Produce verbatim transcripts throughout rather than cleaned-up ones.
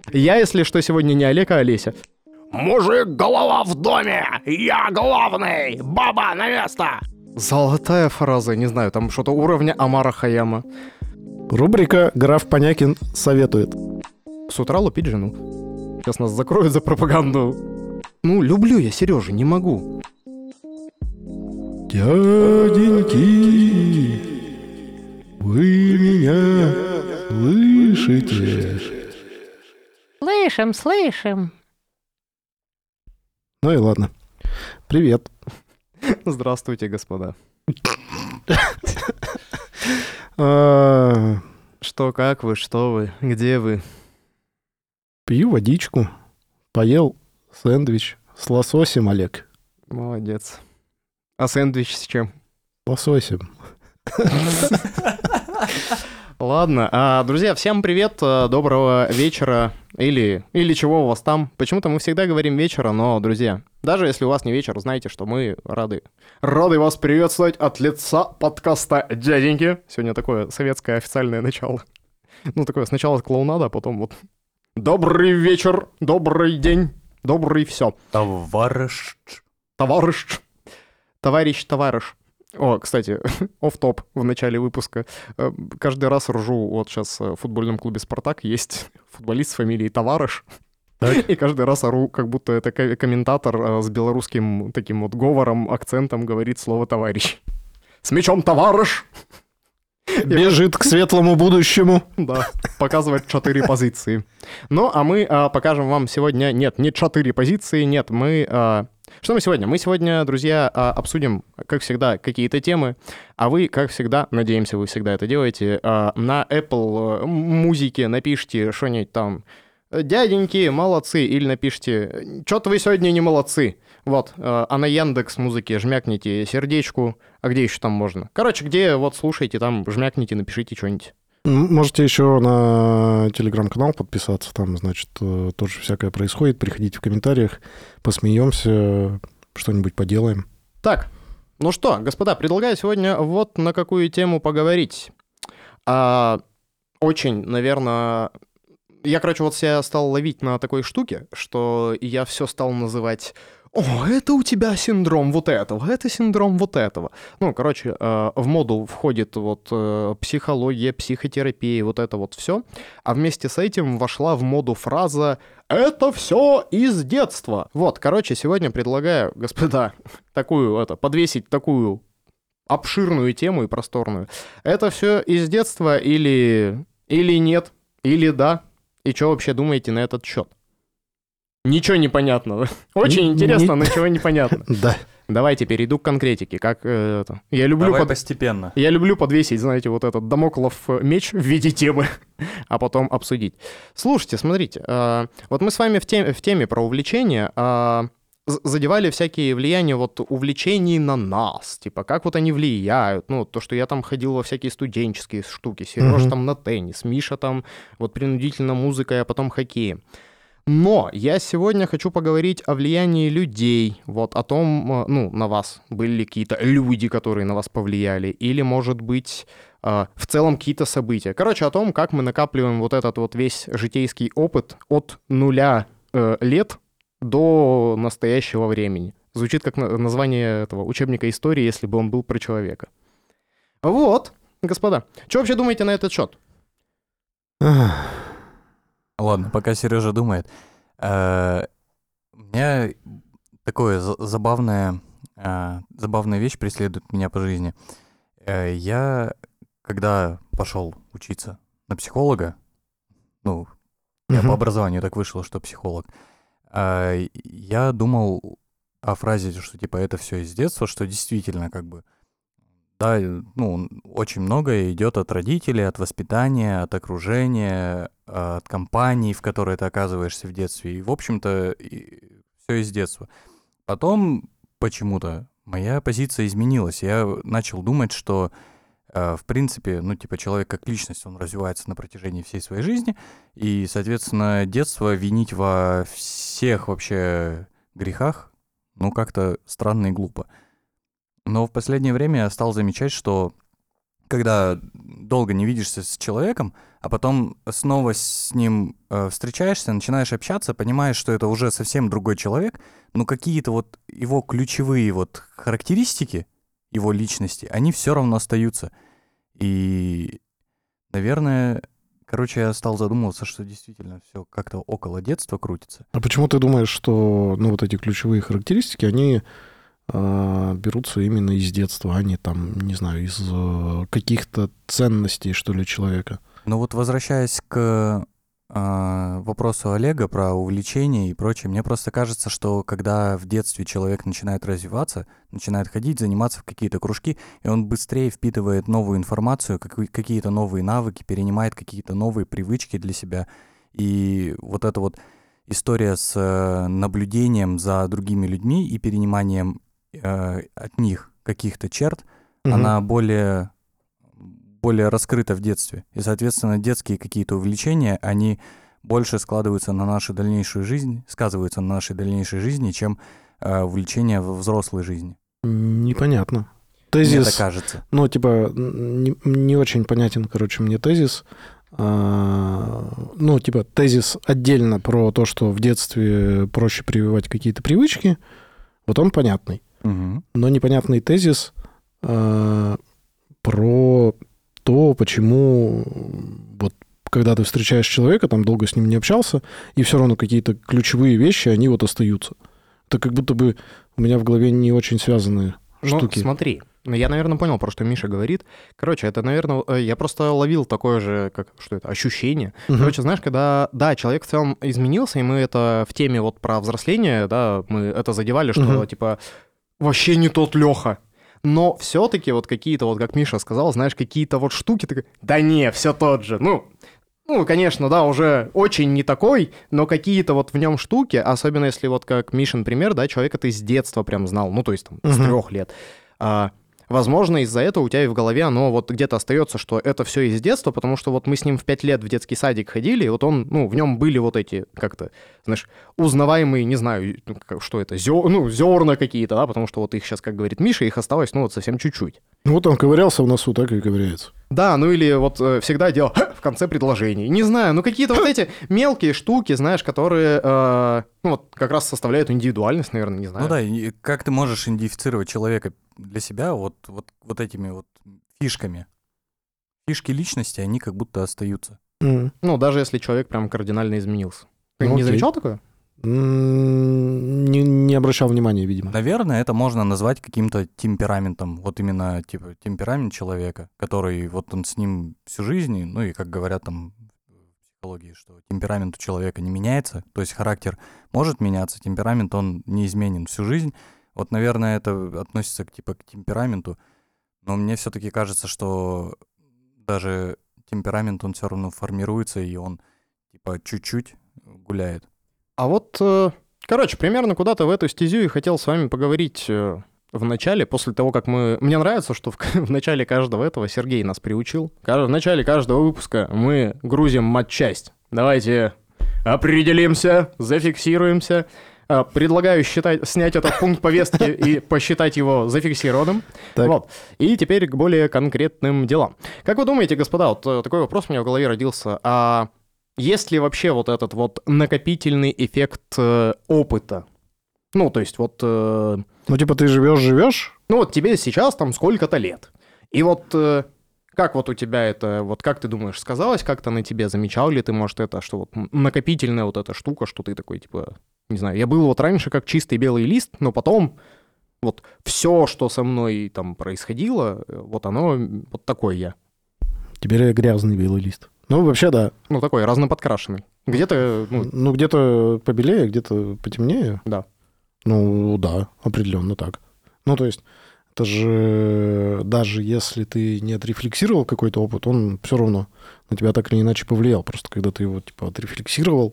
Я, если что, сегодня не Олег, а Олеся. Мужик, голова в доме! Я главный! Баба на место! Золотая фраза, не знаю, там что-то уровня Омара Хайяма. Рубрика «Граф Понякин советует». С утра лупить жену. Сейчас нас закроют за пропаганду. Ну, люблю я Сережу, не могу. Дяденьки, вы меня слышите? Слышим, слышим. Ну и ладно. Привет. Здравствуйте, господа. А, Что, как вы, что вы, где вы? Пью водичку, поел сэндвич с лососем, Олег. Молодец. А сэндвич с чем? Лососем. Ладно, а, друзья, всем привет, а, доброго вечера или, или чего у вас там. Почему-то мы всегда говорим вечера, но, друзья, даже если у вас не вечер, знайте, что мы рады. Рады вас приветствовать от лица подкаста «Дяденьки». Сегодня такое советское официальное начало. Ну, такое сначала клоунада, а потом вот «Добрый вечер, добрый день, добрый все». Товарищ. Товарищ, товарищ, товарищ. О, кстати, офф-топ в начале выпуска. Э, Каждый раз ржу, вот сейчас в футбольном клубе «Спартак» есть футболист с фамилией Товарищ. И каждый раз ору, как будто это ко- комментатор э, с белорусским таким вот говором, акцентом говорит слово «товарищ». С мячом «Товарищ». Бежит к светлому будущему. Да, показывать четыре позиции. Ну, а мы а, покажем вам сегодня... Нет, не четыре позиции, нет, мы... а, Что мы сегодня? Мы сегодня, друзья, а, обсудим, как всегда, какие-то темы, а вы, как всегда, надеемся, вы всегда это делаете, а, на Apple а, музыке напишите что-нибудь там «Дяденьки, молодцы», или напишите «Чё-то вы сегодня не молодцы». Вот, а на Яндекс музыке жмякните сердечку, а где еще там можно? Короче, где вот слушаете, там жмякните, напишите что-нибудь. М, Можете еще на телеграм-канал подписаться, там, значит, э, тоже всякое происходит. Приходите в комментариях, посмеемся, что-нибудь поделаем. Так, ну что, господа, предлагаю сегодня вот на какую тему поговорить. А, очень, наверное... Я, короче, вот себя стал ловить на такой штуке, что я все стал называть «О, это у тебя синдром вот этого, это синдром вот этого». Ну, короче, э, в моду входит вот э, психология, психотерапия, вот это вот все. А вместе с этим вошла в моду фраза «Это все из детства». Вот, короче, сегодня предлагаю, господа, такую, это, подвесить такую обширную тему и просторную. Это все из детства или, или нет, или да? И что вообще думаете на этот счет? Ничего не понятно. Очень Ни- интересно, ни- но ничего не понятно. Да. Давайте перейду к конкретике. Как э, это? Я люблю, Давай под- постепенно. я люблю подвесить, знаете, вот этот дамоклов меч в виде темы, а потом обсудить. Слушайте, смотрите, э, вот мы с вами в теме, в теме про увлечения э, з- задевали всякие влияния вот увлечений на нас, типа как вот они влияют, ну то, что я там ходил во всякие студенческие штуки, Сережа Мгм. там на теннис, Миша там вот принудительно музыкой, а потом хоккеем. Но я сегодня хочу поговорить о влиянии людей, вот о том, э, ну, на вас были ли какие-то люди, которые на вас повлияли, или, может быть, э, в целом какие-то события. Короче, о том, как мы накапливаем вот этот вот весь житейский опыт от нуля э, лет до настоящего времени. Звучит как на- название этого учебника истории, если бы он был про человека. Вот, господа, что вообще думаете на этот счет? Ах, Ладно, пока Сережа думает. э, У меня такое за- забавное, э, забавная вещь преследует меня по жизни. Э, Я, когда пошел учиться на психолога, ну, я по мгм. образованию так вышло, что психолог, э, я думал о фразе, что типа это все из детства, что действительно как бы да, э, ну, очень многое идет от родителей, от воспитания, от окружения, а, от компаний, в которой ты оказываешься в детстве. И, в общем-то, все из детства. Потом почему-то моя позиция изменилась. Я начал думать, что, а, в принципе, ну, типа, человек как личность, он развивается на протяжении всей своей жизни. И, соответственно, детство винить во всех вообще грехах, ну, как-то странно и глупо. Но в последнее время я стал замечать, что когда долго не видишься с человеком, а потом снова с ним э, встречаешься, начинаешь общаться, понимаешь, что это уже совсем другой человек, но какие-то вот его ключевые вот характеристики его личности, они все равно остаются. И, наверное, короче, я стал задумываться, что действительно все как-то около детства крутится. А почему ты думаешь, что ну, вот эти ключевые характеристики, они э, берутся именно из детства, а не там, не знаю, из э, каких-то ценностей, что ли, человека? Ну вот возвращаясь к э, вопросу Олега про увлечения и прочее, мне просто кажется, что когда в детстве человек начинает развиваться, начинает ходить, заниматься в какие-то кружки, и он быстрее впитывает новую информацию, как- какие-то новые навыки, перенимает какие-то новые привычки для себя. И вот эта вот история с э, наблюдением за другими людьми и перениманием э, от них каких-то черт, Мгм. она более... более раскрыто в детстве. И, соответственно, детские какие-то увлечения, они больше складываются на нашу дальнейшую жизнь, сказываются на нашей дальнейшей жизни, чем э, увлечения во взрослой жизни. Непонятно. Мне Тезис, так кажется. ну, типа, не, не очень понятен, короче, мне тезис. А, ну, типа, тезис отдельно про то, что в детстве проще прививать какие-то привычки, вот он понятный. Мгм. Но непонятный тезис а, про то, почему вот когда ты встречаешь человека, там долго с ним не общался, и все равно какие-то ключевые вещи, они вот остаются. Это как будто бы у меня в голове не очень связанные Ну, штуки. смотри, ну, я, наверное, понял, про что Миша говорит. Короче, это, наверное, э, я просто ловил такое же, как, что это, ощущение. Мгм. Короче, знаешь, когда, да, человек в целом изменился, и мы это в теме вот про взросление, да, мы это задевали, что, Мгм. типа, вообще не тот Леха. Но все-таки вот какие-то, вот как Миша сказал, знаешь, какие-то вот штуки, такой, да не, все тот же. Ну, ну, конечно, да, уже очень не такой, но какие-то вот в нем штуки, особенно если вот как Мишин пример, да, человека ты с детства прям знал, ну, то есть там с Мгм. трех лет. А, возможно, из-за этого у тебя и в голове оно вот где-то остается, что это все из детства, потому что вот мы с ним в пять лет в детский садик ходили, и вот он, ну, в нем были вот эти, как-то, знаешь, узнаваемые, не знаю, ну, как- что это, зё, ну, зерна какие-то, да, потому что вот их сейчас, как говорит Миша, их осталось, ну, вот совсем чуть-чуть. Ну, вот он ковырялся в носу, так и ковыряется. Да, ну или вот э, всегда делал в конце предложений. Не знаю, ну какие-то вот эти мелкие штуки, знаешь, которые, э, ну вот как раз составляют индивидуальность, наверное, не знаю. Ну да, и как ты можешь идентифицировать человека для себя вот, вот, вот этими вот фишками? Фишки личности, они как будто остаются. М. Ну, даже если человек прям кардинально изменился. Ты Ну, не окей. замечал такое? М, Не, не обращал внимания, видимо. Наверное, это можно назвать каким-то темпераментом. Вот именно, типа, темперамент человека, который вот он с ним всю жизнь, ну и, как говорят там в психологии, что темперамент у человека не меняется, то есть характер может меняться, темперамент, он неизменен всю жизнь. Вот, наверное, это относится к, типа, к темпераменту, но мне все-таки кажется, что даже темперамент, он все равно формируется, и он, типа, чуть-чуть гуляет. А вот, э, короче, примерно куда-то в эту стезю и хотел с вами поговорить э, в начале, после того, как мы... Мне нравится, что в, в начале каждого этого Сергей нас приучил. Ка- В начале каждого выпуска мы грузим матчасть. Давайте определимся, зафиксируемся. А, Предлагаю считать, снять этот пункт повестки и посчитать его зафиксированным. Так. Вот. И теперь к более конкретным делам. Как вы думаете, господа, вот э, такой вопрос у меня в голове родился. А есть ли вообще вот этот вот накопительный эффект э, опыта? Ну, то есть вот... э, Ну, типа, ты живешь-живешь, ну, вот тебе сейчас там сколько-то лет. И вот э, как вот у тебя это... Вот как ты думаешь, сказалось как-то на тебе? Замечал ли ты, может, это, что вот м, накопительная вот эта штука, что ты такой, типа... Не знаю, я был вот раньше как чистый белый лист, но потом вот все, что со мной там происходило, э, вот оно м, вот такой я. теперь я грязный белый лист. Ну, вообще, да. Ну, такой разноподкрашенный. Где-то, ну, Ну, где-то побелее, где-то потемнее. да. Ну, да, определенно так. Ну, то есть, это же даже если ты не отрефлексировал какой-то опыт, он все равно на тебя так или иначе повлиял. Просто когда ты его, типа, отрефлексировал,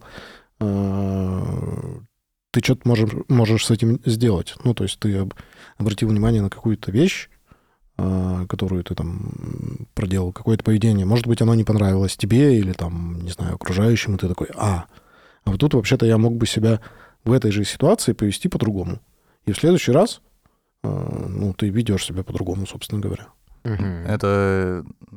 э, ты что-то можешь, можешь с этим сделать. Ну, то есть, ты об- обратил внимание на какую-то вещь, э, которую ты там проделал, какое-то поведение. Может быть, оно не понравилось тебе или, там, не знаю, окружающим, и ты такой, а, а вот тут вообще-то я мог бы себя в этой же ситуации повести по-другому. И в следующий раз, э, ну, ты ведешь себя по-другому, собственно говоря. Мгм. Это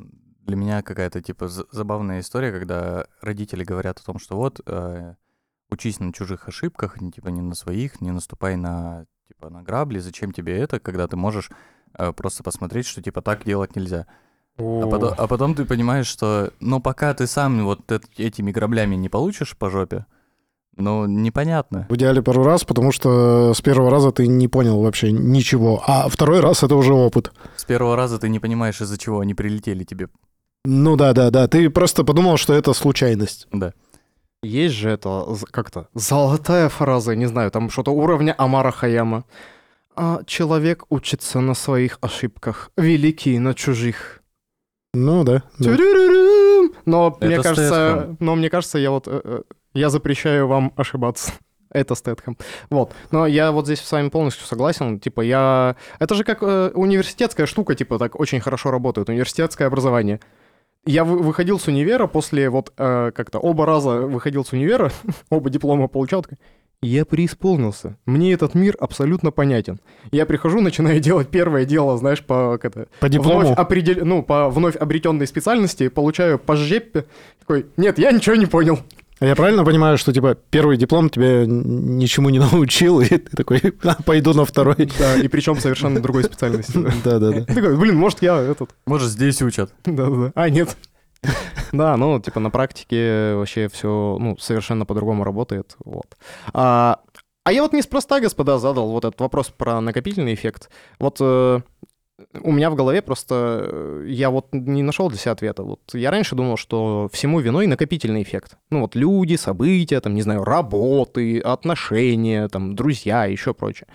для меня какая-то, типа, з- забавная история, когда родители говорят о том, что вот, э, учись на чужих ошибках, не, типа, не на своих, не наступай на, типа, на грабли, зачем тебе это, когда ты можешь э, просто посмотреть, что, типа, так делать нельзя. А потом, а потом ты понимаешь, что, ну, пока ты сам вот эт- этими граблями не получишь по жопе, ну, непонятно. В идеале пару раз, потому что с первого раза ты не понял вообще ничего, а второй раз это уже опыт. С первого раза ты не понимаешь, из-за чего они прилетели тебе. Ну да, да, да. Ты просто подумал, что это случайность. Да. Есть же это з- как-то золотая фраза, не знаю, там что-то уровня Амара Хаяма. А человек учится на своих ошибках, великий на чужих. Ну да. да. Тю-рю-рю-рю. Но Это мне кажется, Стэтхэм. но мне кажется, я вот э, э, я запрещаю вам ошибаться. Это Стэтхэм. Вот. Но я вот здесь с вами полностью согласен. Типа, я... Это же как э, университетская штука, типа, так очень хорошо работает. Университетское образование. Я вы- выходил с универа после вот э, как-то оба раза выходил с универа, оба диплома получал. Такой, я преисполнился. Мне этот мир абсолютно понятен. Я прихожу, начинаю делать первое дело, знаешь, по... как это, По диплому. Вновь, определ- ну, по вновь обретенной специальности, получаю по жеппе. Такой, нет, я ничего не понял. А я правильно понимаю, что, типа, первый диплом тебя н- ничему не научил, и ты такой, «А, пойду на второй. Да, и причем совершенно другой специальности. Да-да-да. Такой, блин, может, я этот... Может, здесь учат. Да-да-да. А, нет. Да, ну, типа, на практике вообще все, ну, совершенно по-другому работает. Вот. А, а я вот неспроста, господа, задал вот этот вопрос про накопительный эффект. Вот э, у меня в голове просто... э, Я вот не нашел для себя ответа. Вот я раньше думал, что всему виной накопительный эффект. Ну, вот люди, события, там, не знаю, работы, отношения, там, друзья, еще прочее.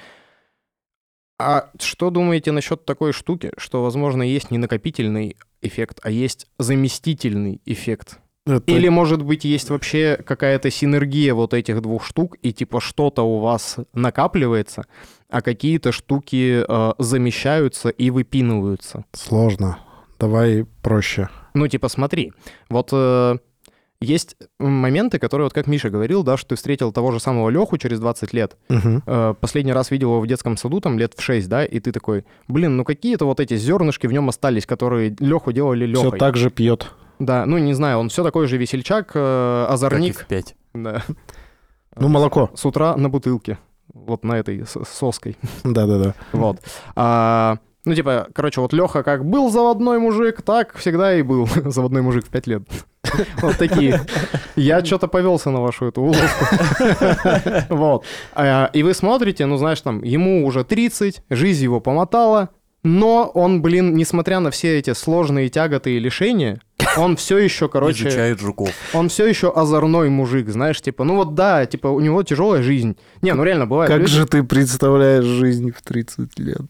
А что думаете насчет такой штуки, что, возможно, есть не накопительный эффект, а есть заместительный эффект? Это- Или, может быть, есть вообще какая-то синергия вот этих двух штук, и типа что-то у вас накапливается, а какие-то штуки э, замещаются и выпинываются? Сложно. Давай проще. Ну, типа, смотри, вот э, есть моменты, которые, вот как Миша говорил, да, что ты встретил того же самого Леху через двадцать лет, Мгм. э, последний раз видел его в детском саду, там, лет в шесть, да, и ты такой, блин, ну какие-то вот эти зернышки в нем остались, которые Леху делали Все Лехой. так же пьет. Да, ну, не знаю, он все такой же весельчак, э, Как и озорник. в пять. Да. Ну, молоко. С утра на бутылке, вот на этой с- соской. Да-да-да. Вот. А, ну, типа, короче, вот Леха как был заводной мужик, так всегда и был заводной мужик в пять лет. Вот такие. Я что-то повелся на вашу эту уловку. Вот. А, И вы смотрите, ну, знаешь, там, ему уже тридцать, жизнь его помотала, но он, блин, несмотря на все эти сложные тяготы и лишения, он все еще, короче... Изучает жуков. Он все еще озорной мужик, знаешь, типа, ну вот да, типа, у него тяжелая жизнь. Не, ну реально бывает. Как люди- же ты представляешь жизнь в тридцать лет?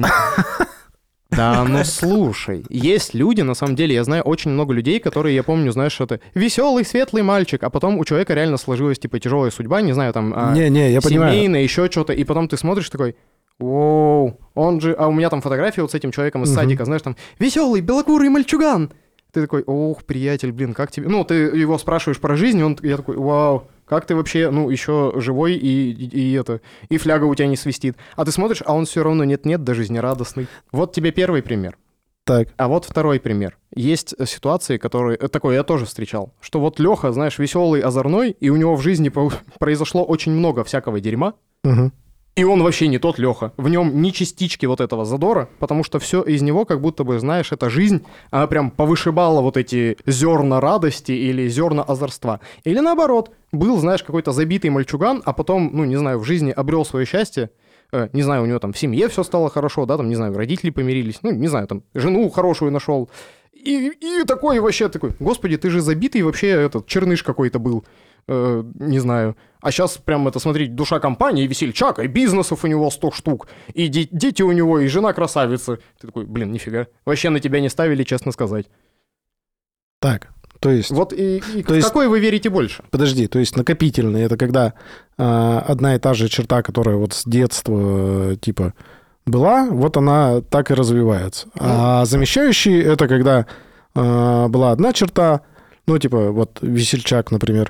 Да, ну слушай, есть люди, на самом деле, я знаю очень много людей, которые, я помню, знаешь, это веселый, светлый мальчик, а потом у человека реально сложилась, типа, тяжелая судьба, не знаю, там, а, Не-не, я понимаю. семейная, еще что-то, и потом ты смотришь такой, воу, он же, а у меня там фотография вот с этим человеком из Мгм. садика, знаешь, там, веселый, белокурый мальчуган. Ты такой, ох, приятель, блин, как тебе... Ну, ты его спрашиваешь про жизнь, он, я такой, вау, как ты вообще, ну, еще живой и, и, и это, и фляга у тебя не свистит. А ты смотришь, а он все равно нет-нет, да жизнерадостный. Вот тебе первый пример. Так. А вот второй пример. Есть ситуации, которые... э, Такое я тоже встречал. Что вот Леха, знаешь, веселый, озорной, и у него в жизни по- произошло очень много всякого дерьма, Мгм. и он вообще не тот Леха. В нем ни частички вот этого задора, потому что все из него, как будто бы, знаешь, эта жизнь, она прям повышибала вот эти зерна радости или зерна озорства. Или наоборот, был, знаешь, какой-то забитый мальчуган, а потом, ну, не знаю, в жизни обрел свое счастье, э, не знаю, у него там в семье все стало хорошо, да, там, не знаю, родители помирились, ну, не знаю, там, жену хорошую нашел. И, и такой вообще такой, господи, ты же забитый вообще этот черныш какой-то был. Э, не знаю. А сейчас прям это, смотреть, душа компании, весельчак, и бизнесов у него сто штук, и де- дети у него, и жена красавица. Ты такой, блин, нифига. Вообще на тебя не ставили, честно сказать. Так, то есть... Вот и, и То в есть- какой вы верите больше? Подожди, то есть накопительный — это когда а, одна и та же черта, которая вот с детства э, типа была, вот она так и развивается. А замещающий — это когда а, была одна черта, ну типа вот весельчак, например,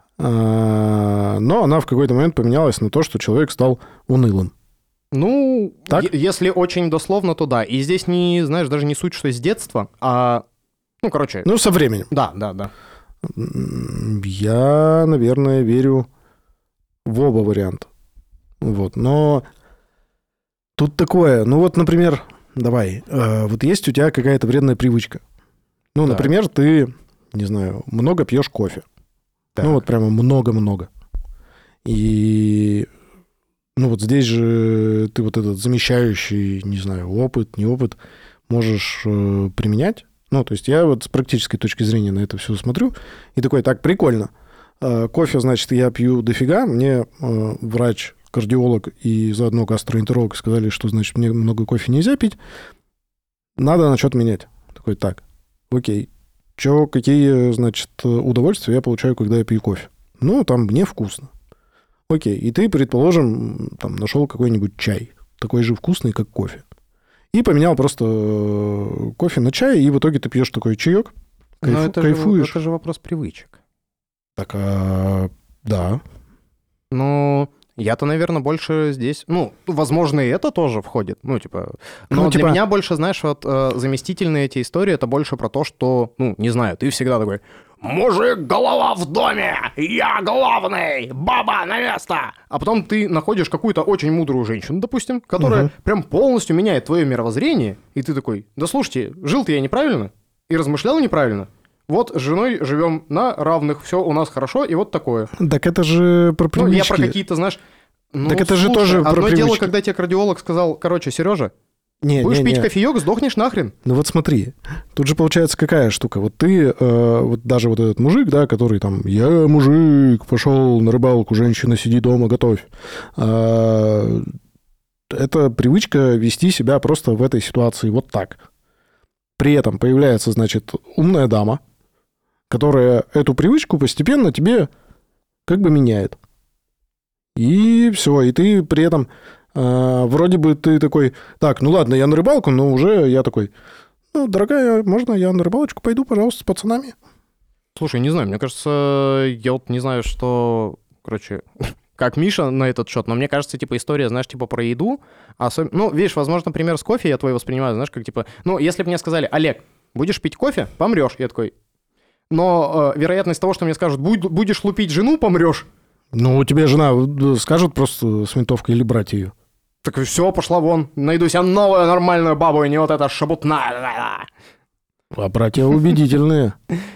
а, но она в какой-то момент поменялась на то, что человек стал унылым. Ну, Так? е- если очень дословно, то да. И здесь не, знаешь, даже не суть, что с детства, а Ну, короче... Ну, со временем. Да, да, да. Я, наверное, верю в оба варианта. Вот, но тут такое, ну вот, например, давай, э, вот есть у тебя какая-то вредная привычка. Ну, Так. например, ты, не знаю, много пьешь кофе. Так. Ну, вот прямо много-много. И, ну, вот здесь же ты вот этот замещающий, не знаю, опыт, не опыт, можешь э, применять. Ну, то есть я вот с практической точки зрения на это все смотрю и такой, так, прикольно. Э, кофе, значит, я пью дофига. Мне э, врач, кардиолог и заодно гастроэнтеролог сказали, что, значит, мне много кофе нельзя пить. Надо на что-то менять. Такой, так, окей. Чё, какие, значит, удовольствия я получаю, когда я пью кофе? Ну, там мне вкусно. Окей. И ты, предположим, там нашел какой-нибудь чай, такой же вкусный, как кофе. И поменял просто кофе на чай, и в итоге ты пьешь такой чаек, кайф, Но это кайфуешь. Же, это же вопрос привычек. Так, а, да. Ну, я-то, наверное, больше здесь... Ну, возможно, и это тоже входит. Ну, типа... Но Ну, для типа- меня больше, знаешь, вот э, заместительные эти истории, это больше про то, что, ну, не знаю, ты всегда такой... Мужик, голова в доме! Я главный! Баба на место! А потом ты находишь какую-то очень мудрую женщину, допустим, которая Мгм. прям полностью меняет твое мировоззрение, и ты такой, да слушайте, жил-то я неправильно и размышлял неправильно. Вот с женой живем на равных, все у нас хорошо, и вот такое. Так это же про Ну, привычки. я про какие-то, знаешь... Ну, Так это же слушай, тоже про одно дело, привычки. когда тебе кардиолог сказал, короче, Сережа, Не, будешь не, пить не. кофеек, сдохнешь нахрен. Ну вот смотри, тут же получается какая штука. Вот ты, э, вот даже вот этот мужик, да, который там, я мужик, пошел на рыбалку, женщина, сиди дома, готовь. А, это привычка вести себя просто в этой ситуации вот так. При этом появляется, значит, умная дама, которая эту привычку постепенно тебе как бы меняет. И все, и ты при этом... А, вроде бы ты такой, так, ну ладно, я на рыбалку, но уже я такой, ну, дорогая, можно я на рыбалочку пойду, пожалуйста, с пацанами? Слушай, не знаю, мне кажется, я вот не знаю, что, короче, как Миша на этот счет, но мне кажется, типа, история, знаешь, типа, про еду, особ... ну, видишь, возможно, например, с кофе я твой воспринимаю, знаешь, как, типа, ну, если бы мне сказали, Олег, будешь пить кофе, помрешь, я такой, но э, вероятность того, что мне скажут, «Буд- будешь лупить жену, помрешь, Ну, тебе жена скажет просто с винтовкой или брать ее? так все, пошла вон, найду себе новую нормальную бабу, и не вот эта шабутная. А братья убедительные.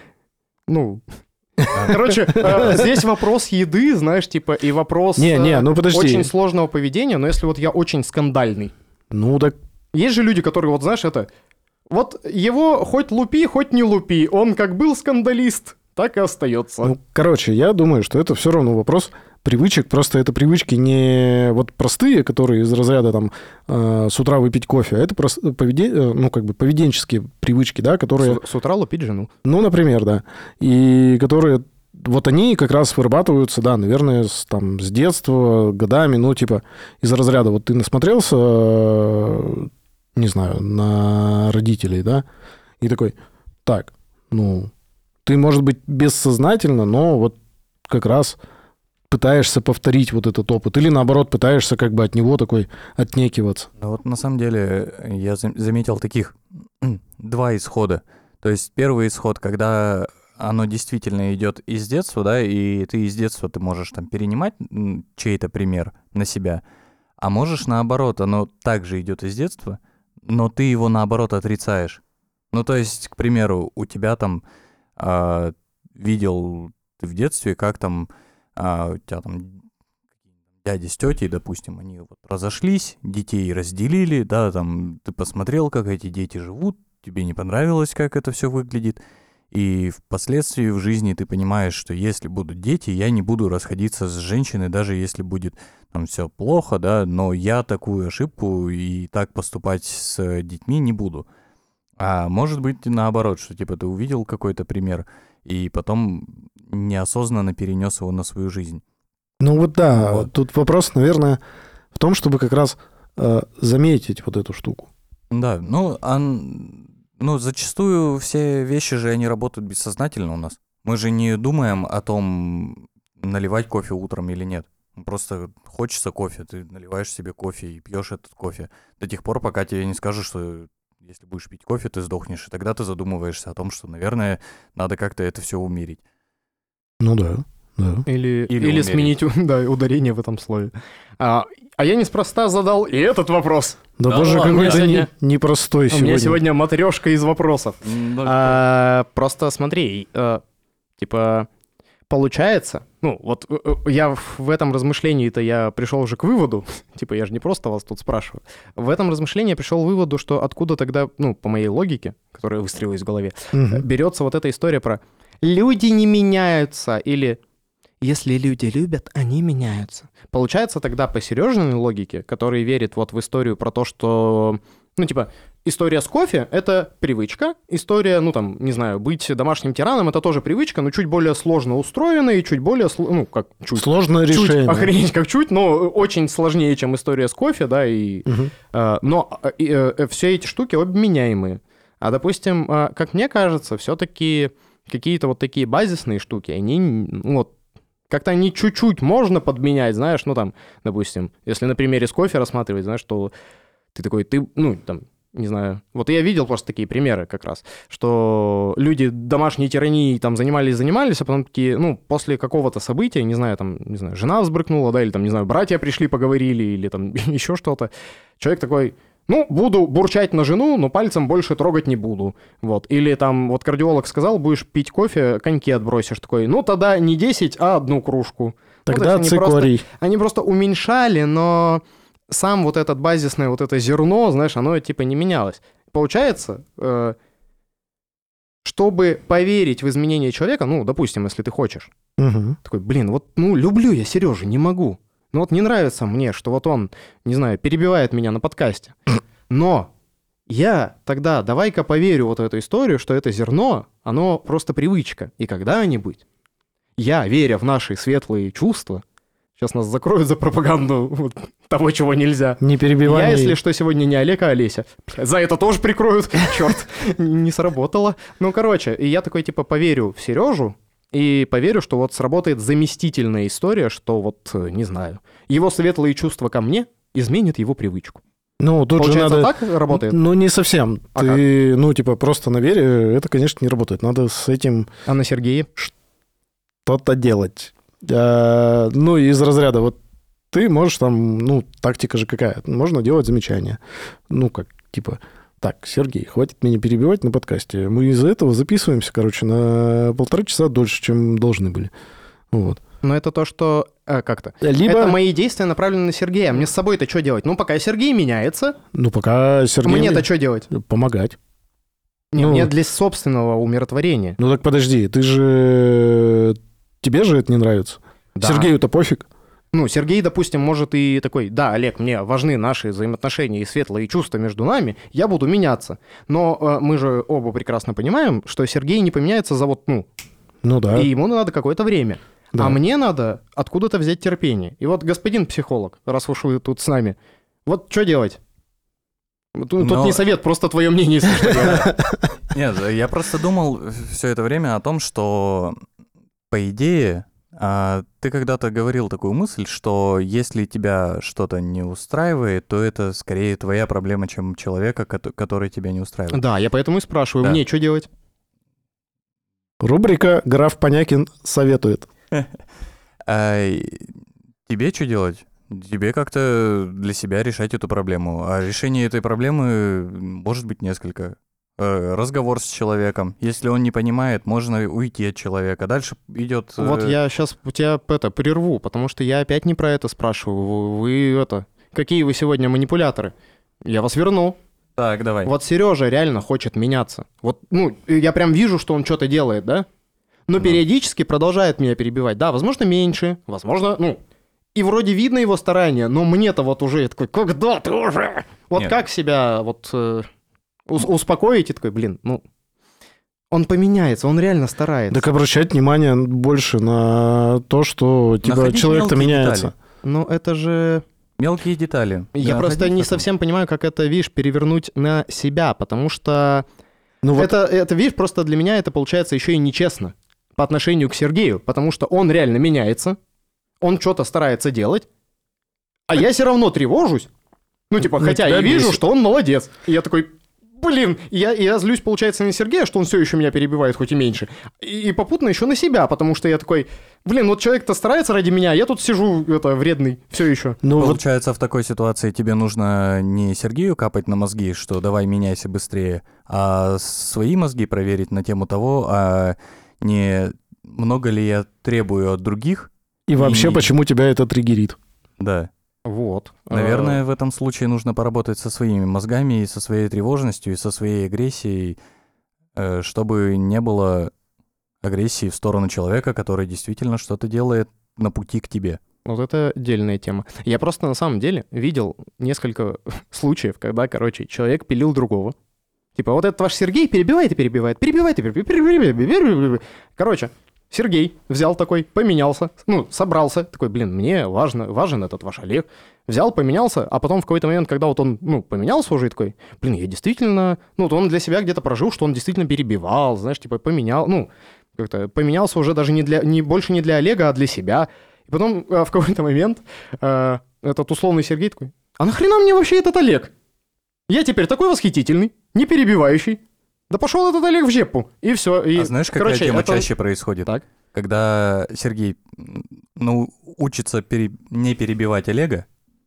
Ну, короче, э, здесь вопрос еды, знаешь, типа, и вопрос Не, не, э, ну подожди. очень сложного поведения, но если вот я очень скандальный. Ну, так Есть же люди, которые, вот знаешь, это... Вот его хоть лупи, хоть не лупи, он как был скандалист, так и остается. Ну, короче, я думаю, что это все равно вопрос привычек. Просто это привычки не вот простые, которые из разряда там э, с утра выпить кофе, а это просто поведен... э, ну, как бы поведенческие привычки, да, которые... С, с утра лупить жену. Ну, например, да. И которые... Вот они как раз вырабатываются, да, наверное, с, там, с детства, годами, ну, типа, из разряда. Вот ты насмотрелся, э, не знаю, на родителей, да, и такой, так, ну, ты, может быть, бессознательно, но вот как раз пытаешься повторить вот этот опыт, или, наоборот, пытаешься как бы от него такой отнекиваться. Ну вот на самом деле я зам- заметил таких два исхода. То есть первый исход, когда оно действительно идет из детства, да, и ты из детства ты можешь там перенимать м, чей-то пример на себя, а можешь наоборот, оно также идет из детства, но ты его наоборот отрицаешь. Ну то есть, к примеру, у тебя там а, видел ты в детстве, как там а, у тебя там дядя с тетей, допустим, они вот разошлись, детей разделили, да, там ты посмотрел, как эти дети живут, тебе не понравилось, как это все выглядит, и впоследствии в жизни ты понимаешь, что если будут дети, я не буду расходиться с женщиной, даже если будет там все плохо, да, но я такую ошибку и так поступать с детьми не буду. А может быть наоборот, что типа ты увидел какой-то пример и потом неосознанно перенес его на свою жизнь. Ну вот да, Вот. тут вопрос, наверное, в том, чтобы как раз э, заметить вот эту штуку. Да, ну, а, ну, зачастую все вещи же, они работают бессознательно у нас. Мы же не думаем о том, наливать кофе утром или нет. Просто хочется кофе, ты наливаешь себе кофе и пьешь этот кофе до тех пор, пока тебе не скажут, что если будешь пить кофе, ты сдохнешь, и тогда ты задумываешься о том, что, наверное, надо как-то это все умерить. Ну да, да. Или, Или или умерить. сменить да, ударение в этом слове. А, а я неспроста задал и этот вопрос. Да, Да боже, ладно, какой-то сегодня- не- непростой У сегодня. меня сегодня матрешка из вопросов. Ну, А, просто смотри, э, типа, получается, ну, вот э, э, я в в этом размышлении-то я пришел уже к выводу, типа, я же не просто вас тут спрашиваю, в этом размышлении я пришел к выводу, что откуда тогда, ну, по моей логике, которая выстрелилась в голове, Мгм. берется вот эта история про «люди не меняются» или «если люди любят, они меняются». Получается тогда по Сережиной логике, который верит вот в историю про то, что, ну, типа, история с кофе — это привычка, история, ну, там, не знаю, быть домашним тираном — это тоже привычка, но чуть более сложно устроена и чуть более, сло- ну, как чуть... Сложное Чуть, решение. охренеть как чуть, но очень сложнее, чем история с кофе, да, и... Мгм. э, но э, э, все эти штуки обменяемые. А, допустим, э, как мне кажется, все-таки какие-то вот такие базисные штуки, они, ну, вот, как-то они чуть-чуть можно подменять, знаешь, ну, там, допустим, если на примере с кофе рассматривать, знаешь, что ты такой, ты, ну, там, не знаю, вот я видел просто такие примеры как раз, что люди домашней тиранией там занимались-занимались, а потом такие, ну, после какого-то события, не знаю, там, не знаю, жена взбрыкнула, да, или там, не знаю, братья пришли, поговорили, или там еще что-то, человек такой... Ну, буду бурчать на жену, но пальцем больше трогать не буду. Вот. Или там, вот кардиолог сказал, будешь пить кофе, коньки отбросишь. Такой, ну, тогда не десять, а одну кружку. Тогда Ну, то есть они цикорий. просто, они просто уменьшали, но сам вот этот базисное вот это зерно, знаешь, оно типа не менялось. Получается, э, чтобы поверить в изменение человека, ну, допустим, если ты хочешь, Мгм. такой, блин, вот, ну, люблю я Сережу, не могу. Ну вот не нравится мне, что вот он, не знаю, перебивает меня на подкасте. Но я тогда давай-ка поверю вот в эту историю, что это зерно, оно просто привычка. И когда-нибудь я, веря в наши светлые чувства, сейчас нас закроют за пропаганду вот того, чего нельзя. Не перебивай. Я, меня. если что, сегодня не Олег, а Олеся. За это тоже прикроют. Черт, не сработало. Ну, короче, и я такой, типа, поверю в Сережу, и поверю, что вот сработает заместительная история, что вот, э, не знаю, его светлые чувства ко мне изменят его привычку. Ну, тут же Получается, надо... так работает? Ну, не совсем. А Ты, ну, типа, просто на вере, это, конечно, не работает. Надо с этим А на Сергее? что-то делать. А, ну, из разряда, вот ты можешь там, ну, тактика же какая? Можно делать замечания. Ну, как, типа, так, Сергей, хватит меня перебивать на подкасте. Мы из-за этого записываемся, короче, на полтора часа дольше, чем должны были. Вот. Но это то, что... э, как-то. Либо, Это мои действия направлены на Сергея. Мне с собой-то что делать? Ну, пока Сергей меняется, ну, пока Сергей... мне-то что делать? Помогать. Не, Ну. мне для собственного умиротворения. Ну, так подожди, ты же... Тебе же это не нравится. Да. Сергею-то пофиг. Ну, Сергей, допустим, может и такой, да, Олег, мне важны наши взаимоотношения и светлые чувства между нами, я буду меняться. Но э, мы же оба прекрасно понимаем, что Сергей не поменяется за вот, ну, Ну, да. и ему надо какое-то время. Да. А мне надо откуда-то взять терпение. И вот, господин психолог, раз уж вы тут с нами, вот что делать? Тут, тут Но- не совет, просто твое мнение, если что. делать. Нет, я просто думал все это время о том, что, по идее, а, ты когда-то говорил такую мысль, что если тебя что-то не устраивает, то это скорее твоя проблема, чем человека, кото- который тебя не устраивает. Да, я поэтому и спрашиваю, Да. мне что делать? Рубрика «Граф Понякин советует». А и тебе что делать? Тебе как-то для себя решать эту проблему. А решение этой проблемы может быть несколько. Э, Разговор с человеком. Если он не понимает, можно уйти от человека. Дальше идет... э, Вот я сейчас тебя это прерву, потому что я опять не про это спрашиваю. Вы, вы это... Какие вы сегодня манипуляторы? Я вас верну. Так, давай. Вот Сережа реально хочет меняться. Вот, ну, я прям вижу, что он что-то делает, да? Но Ну. периодически продолжает меня перебивать. Да, возможно, меньше, возможно, ну... И вроде видно его старания, но мне-то вот уже я такой, когда ты уже? Вот Нет. как себя вот э, ус- успокоить и такой, блин, ну... Он поменяется, он реально старается. Так обращать внимание больше на то, что типа, Находить человек-то мелкие меняется. детали. Ну, это же... Мелкие детали. Я Да, просто находить не потом. совсем понимаю, как это, видишь, перевернуть на себя, потому что Ну, вот, это, это, видишь, просто для меня это получается еще и нечестно по отношению к Сергею, потому что он реально меняется, он что-то старается делать, а я все равно тревожусь. Ну, типа, Ну, хотя тебя я вижу, бесит. что он молодец. И я такой, Блин, я, я злюсь, получается, на Сергея, что он все еще меня перебивает, хоть и меньше. И, и попутно еще на себя, потому что я такой, блин, вот человек-то старается ради меня, я тут сижу, это, вредный, все еще. Ну, вот Получается, в такой ситуации тебе нужно не Сергею капать на мозги, что давай меняйся быстрее, а свои мозги проверить на тему того, а не много ли я требую от других. и вообще, и- почему тебя это триггерит? Да. Вот. Наверное, в этом случае нужно поработать со своими мозгами и со своей тревожностью, и со своей агрессией, э, чтобы не было агрессии в сторону человека, который действительно что-то делает на пути к тебе. Вот это отдельная тема. Я просто на самом деле видел несколько случаев, когда, короче, человек пилил другого. Типа, вот этот ваш Сергей перебивает и перебивает, перебивает и перебивает, перебивает, перебивает. Короче, Сергей взял такой, поменялся, ну, собрался, такой, блин, мне важно, важен этот ваш Олег. Взял, поменялся, а потом в какой-то момент, когда вот он, ну, поменялся уже, и такой, блин, я действительно, ну, вот он для себя где-то прожил, что он действительно перебивал, знаешь, типа, поменял, ну, как-то поменялся уже даже не для, не, больше не для Олега, а для себя. И потом а, в какой-то момент а, этот условный Сергей такой, а нахрена мне вообще этот Олег? Я теперь такой восхитительный, не перебивающий. Да пошел этот Олег в жепу, и все. И, А знаешь, какая короче, тема это- чаще происходит? Так. Когда Сергей, м, ну, учится пере- не перебивать Олега,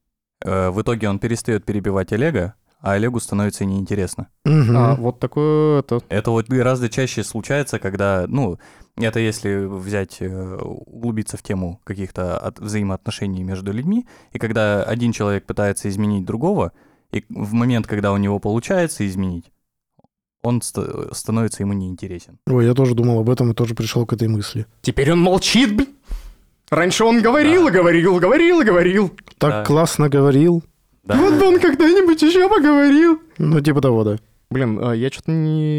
э, в итоге он перестает перебивать Олега, а Олегу становится неинтересно. Мгм. А, вот такое это. Это вот гораздо чаще случается, когда, ну, это если взять, э, углубиться в тему каких-то от- взаимоотношений между людьми, и когда один человек пытается изменить другого, и в момент, когда у него получается изменить, он ст- становится ему неинтересен. Ой, я тоже думал об этом и тоже пришел к этой мысли. Теперь он молчит, блин. Раньше он говорил и говорил, говорил и говорил. Так Да. классно говорил. Да. Вот бы он когда-нибудь еще поговорил. Ну, типа того, да. Блин, а я что-то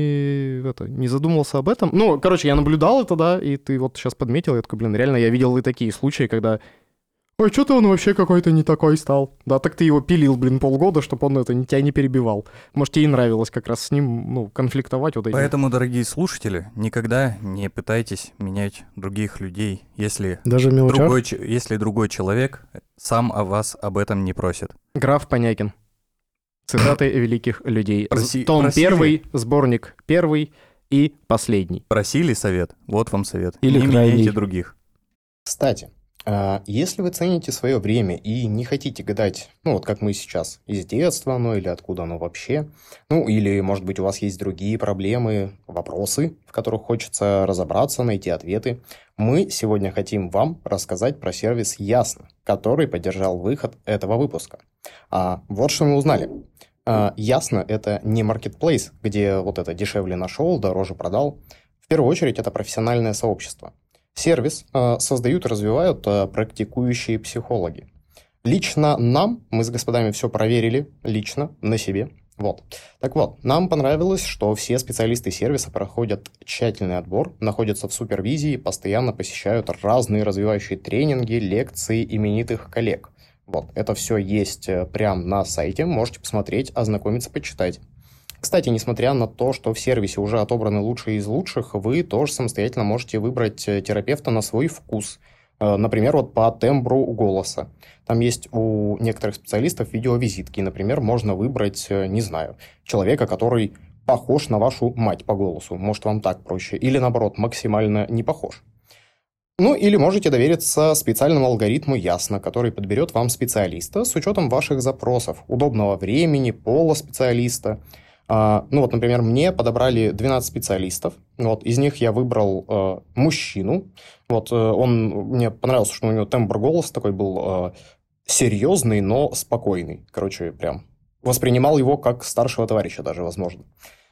не, это, не задумывался об этом. Ну, короче, я наблюдал это, да, и ты вот сейчас подметил, я такой, блин, реально, я видел и такие случаи, когда... Ой, что-то он вообще какой-то не такой стал. Да, так ты его пилил, блин, полгода, чтобы он это, не- тебя не перебивал. Может, тебе и нравилось как раз с ним, ну, конфликтовать вот этим. Поэтому, дорогие слушатели, никогда не пытайтесь менять других людей, если Даже в мелочах. другой, че- если другой человек сам о вас об этом не просит. Граф Понякин. Цитаты великих людей. Проси- Том просили? первый, сборник первый и последний. Просили совет? Вот вам совет. Или не крайний. меняйте других. Кстати, а, если вы цените свое время и не хотите гадать, ну вот как мы сейчас, из детства оно или откуда оно вообще, ну или, может быть, у вас есть другие проблемы, вопросы, в которых хочется разобраться, найти ответы, мы сегодня хотим вам рассказать про сервис Ясно, который поддержал выход этого выпуска. А вот что мы узнали. А, Ясно – это не маркетплейс, где вот это дешевле нашел, дороже продал. В первую очередь, это профессиональное сообщество. Сервис э, создают и развивают э, практикующие психологи. Лично нам, мы с господами все проверили, лично, на себе. Вот. Так вот, нам понравилось, что все специалисты сервиса проходят тщательный отбор, находятся в супервизии, постоянно посещают разные развивающие тренинги, лекции именитых коллег. Вот, это все есть э, прямо на сайте, можете посмотреть, ознакомиться, почитать. Кстати, несмотря на то, что в сервисе уже отобраны лучшие из лучших, вы тоже самостоятельно можете выбрать э, терапевта на свой вкус. Э, Например, вот по тембру голоса. Там есть у некоторых специалистов видеовизитки. Например, можно выбрать, э, не знаю, человека, который похож на вашу мать по голосу. Может, вам так проще. Или, наоборот, максимально не похож. Ну, или можете довериться специальному алгоритму Ясно, который подберет вам специалиста с учетом ваших запросов, удобного времени, пола специалиста. А, ну вот, например, мне подобрали двенадцать специалистов. Вот, из них я выбрал э, мужчину. Вот, э, он, мне понравился, что у него тембр голоса такой был э, серьезный, но спокойный. Короче, прям воспринимал его как старшего товарища даже, возможно.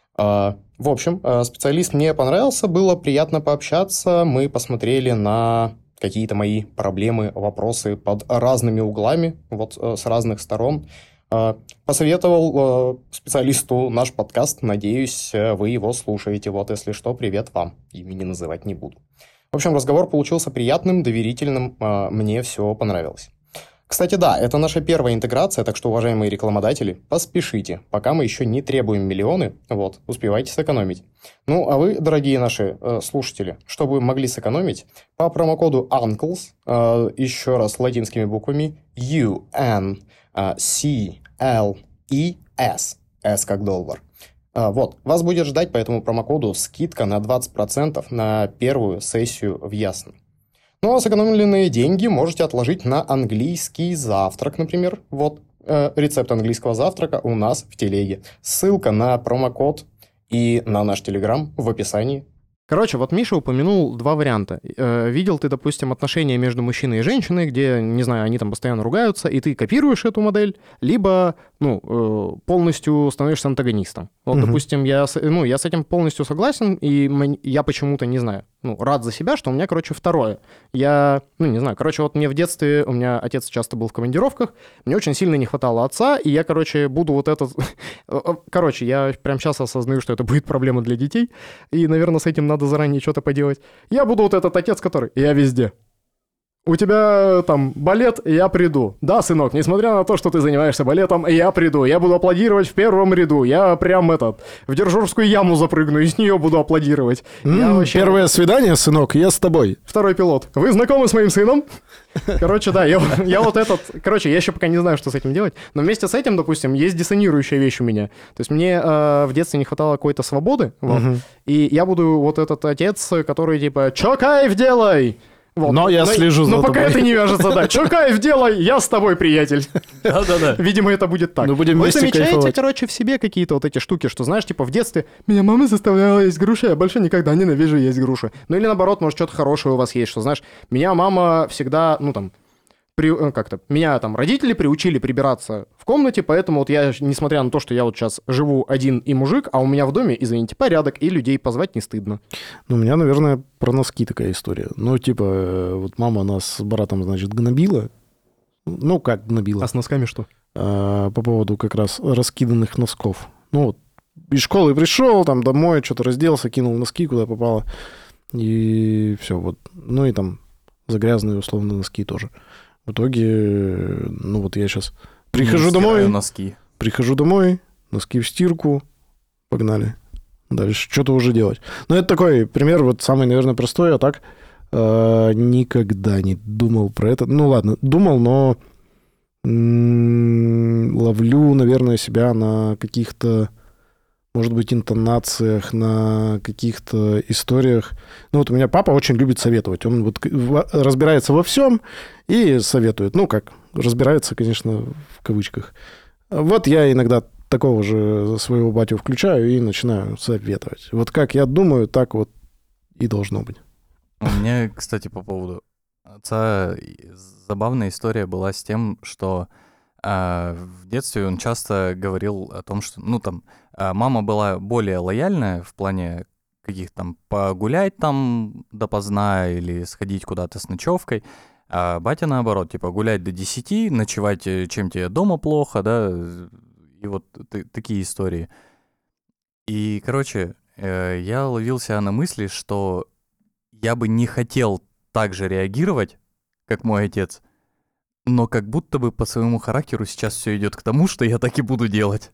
А, в общем, э, специалист мне понравился, было приятно пообщаться. Мы посмотрели на какие-то мои проблемы, вопросы под разными углами, вот э, с разных сторон. Посоветовал специалисту наш подкаст, надеюсь, вы его слушаете. Вот, если что, привет вам, имени называть не буду. В общем, разговор получился приятным, доверительным, мне все понравилось. Кстати, да, это наша первая интеграция, так что, уважаемые рекламодатели, поспешите, пока мы еще не требуем миллионы, вот, успевайте сэкономить. Ну, а вы, дорогие наши э, слушатели, чтобы вы могли сэкономить, по промокоду UNCLES, э, еще раз латинскими буквами, U N C L E S, S как доллар, А, вот, вас будет ждать по этому промокоду скидка на двадцать процентов на первую сессию в Ясно. Ну а сэкономленные деньги можете отложить на английский завтрак, например. Вот, э, рецепт английского завтрака у нас в телеге. Ссылка на промокод и на наш телеграм в описании. Короче, вот Миша упомянул два варианта. Э, видел ты, допустим, отношения между мужчиной и женщиной, где, не знаю, они там постоянно ругаются, и ты копируешь эту модель, либо, ну, э, полностью становишься антагонистом. Вот, Мгм. допустим, я, с- ну, я с этим полностью согласен, и мн- я почему-то, не знаю, ну, рад за себя, что у меня, короче, второе. Я, ну, не знаю, короче, вот мне в детстве, у меня отец часто был в командировках, мне очень сильно не хватало отца, и я, короче, буду вот этот... Короче, я прямо сейчас осознаю, что это будет проблема для детей, и, наверное, с этим надо заранее что-то поделать. Я буду вот этот отец, который... Я везде. У тебя там балет, я приду. Да, сынок, несмотря на то, что ты занимаешься балетом, я приду. Я буду аплодировать в первом ряду. Я прям этот, в дирижерскую яму запрыгну и с нее буду аплодировать. Я М, вообще- Первое свидание, сынок, я с тобой. Второй пилот. Вы знакомы с моим сыном? Короче, да, я, я вот этот... Короче, я еще пока не знаю, что с этим делать. Но вместе с этим, допустим, есть диссонирующая вещь у меня. То есть мне э, в детстве не хватало какой-то свободы. Вот, Мгм. и я буду вот этот отец, который типа «Чё кайф делай?» Вот. Но я слежу за Но пока тобой. это не вяжется, да. «Чё кайф делай? Я с тобой, приятель». Да-да-да. Видимо, это будет так. Ну, будем Вы вместе замечаете, кайфовать. короче, в себе какие-то вот эти штуки, что, знаешь, типа в детстве меня мама заставляла есть груши, я больше никогда ненавижу есть груши. Ну или наоборот, может, что-то хорошее у вас есть, что, знаешь, меня мама всегда, ну там, при, э, как-то, меня там родители приучили прибираться в комнате, поэтому вот я, несмотря на то, что я вот сейчас живу один и мужик, а у меня в доме, извините, порядок, и людей позвать не стыдно. Ну, у меня, наверное, про носки такая история. Ну, типа, э, вот мама нас с братом, значит, гнобила. Ну, как гнобила? А с носками что? А, по поводу как раз раскиданных носков. Ну, вот, из школы пришел, там, домой, что-то разделся, кинул носки, куда попало. И все, вот. Ну, и там за грязные, условно, носки тоже. В итоге, э, ну, вот я сейчас прихожу Стираю домой, носки. прихожу домой, носки в стирку, погнали. Дальше что-то уже делать. Ну, это такой пример, вот самый, наверное, простой, а так э, никогда не думал про это. Ну, ладно, думал, но м, ловлю, наверное, себя на каких-то, может быть, интонациях, на каких-то историях. Ну, вот у меня папа очень любит советовать. Он вот к- в- разбирается во всем и советует. Ну, как, разбирается, конечно, в кавычках. Вот я иногда такого же своего батю включаю и начинаю советовать. Вот как я думаю, так вот и должно быть. У меня, кстати, по поводу отца и забавная история была с тем, что а, в детстве он часто говорил о том, что, ну, там, а, мама была более лояльная в плане каких-то там погулять там допоздна или сходить куда-то с ночевкой, а батя наоборот, типа гулять до десяти, ночевать, э, чем тебе дома плохо, да, и вот т- такие истории. И, короче, э, я ловил себя на мысли, что я бы не хотел так же реагировать, как мой отец, но как будто бы по своему характеру сейчас все идет к тому, что я так и буду делать.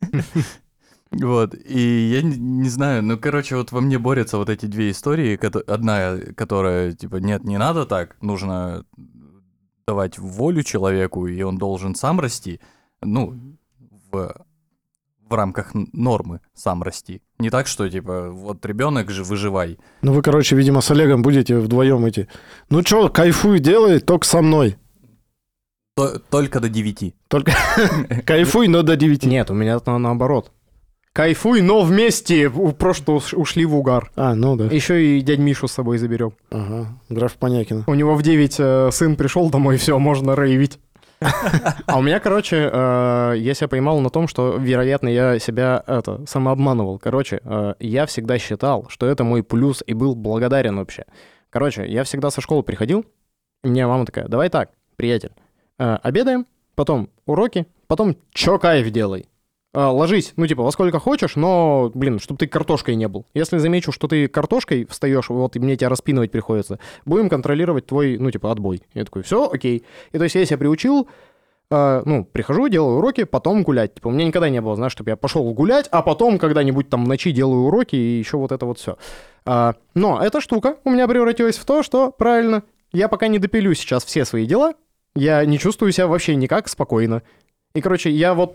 Вот, и я не, не знаю, ну, короче, вот во мне борются вот эти две истории. кото- Одна, которая, типа, нет, не надо так, нужно давать волю человеку, и он должен сам расти, ну, в, в рамках н- нормы сам расти. Не так, что, типа, вот ребенок же выживай. Ну, вы, короче, видимо, с Олегом будете вдвоем эти. Ну, что, кайфуй, делай, только со мной. То- только до девяти. Только кайфуй, но до девяти. Нет, у меня на- наоборот. Кайфуй, но вместе у- просто уш- ушли в угар. А, ну да. Еще и дядь Мишу с собой заберем. Ага, граф Понякина. У него в девять э, сын пришел домой, все, можно рейвить. А у меня, короче, э, я себя поймал на том, что, вероятно, я себя это самообманывал. Короче, э, я всегда считал, что это мой плюс и был благодарен вообще. Короче, я всегда со школы приходил, и мне мама такая: давай так, приятель, э, обедаем, потом уроки, потом чё кайф делай. А, ложись, ну, типа, во сколько хочешь, но, блин, чтобы ты картошкой не был. Если замечу, что ты картошкой встаешь, вот, и мне тебя распинывать приходится, будем контролировать твой, ну, типа, отбой. Я такой: все, окей. И то есть я себя приучил, а, ну, прихожу, делаю уроки, потом гулять. Типа, у меня никогда не было, знаешь, чтобы я пошел гулять, а потом когда-нибудь там в ночи делаю уроки, и еще вот это вот все. Но эта штука у меня превратилась в то, что, правильно, я пока не допилю сейчас все свои дела, я не чувствую себя вообще никак спокойно. И, короче, я вот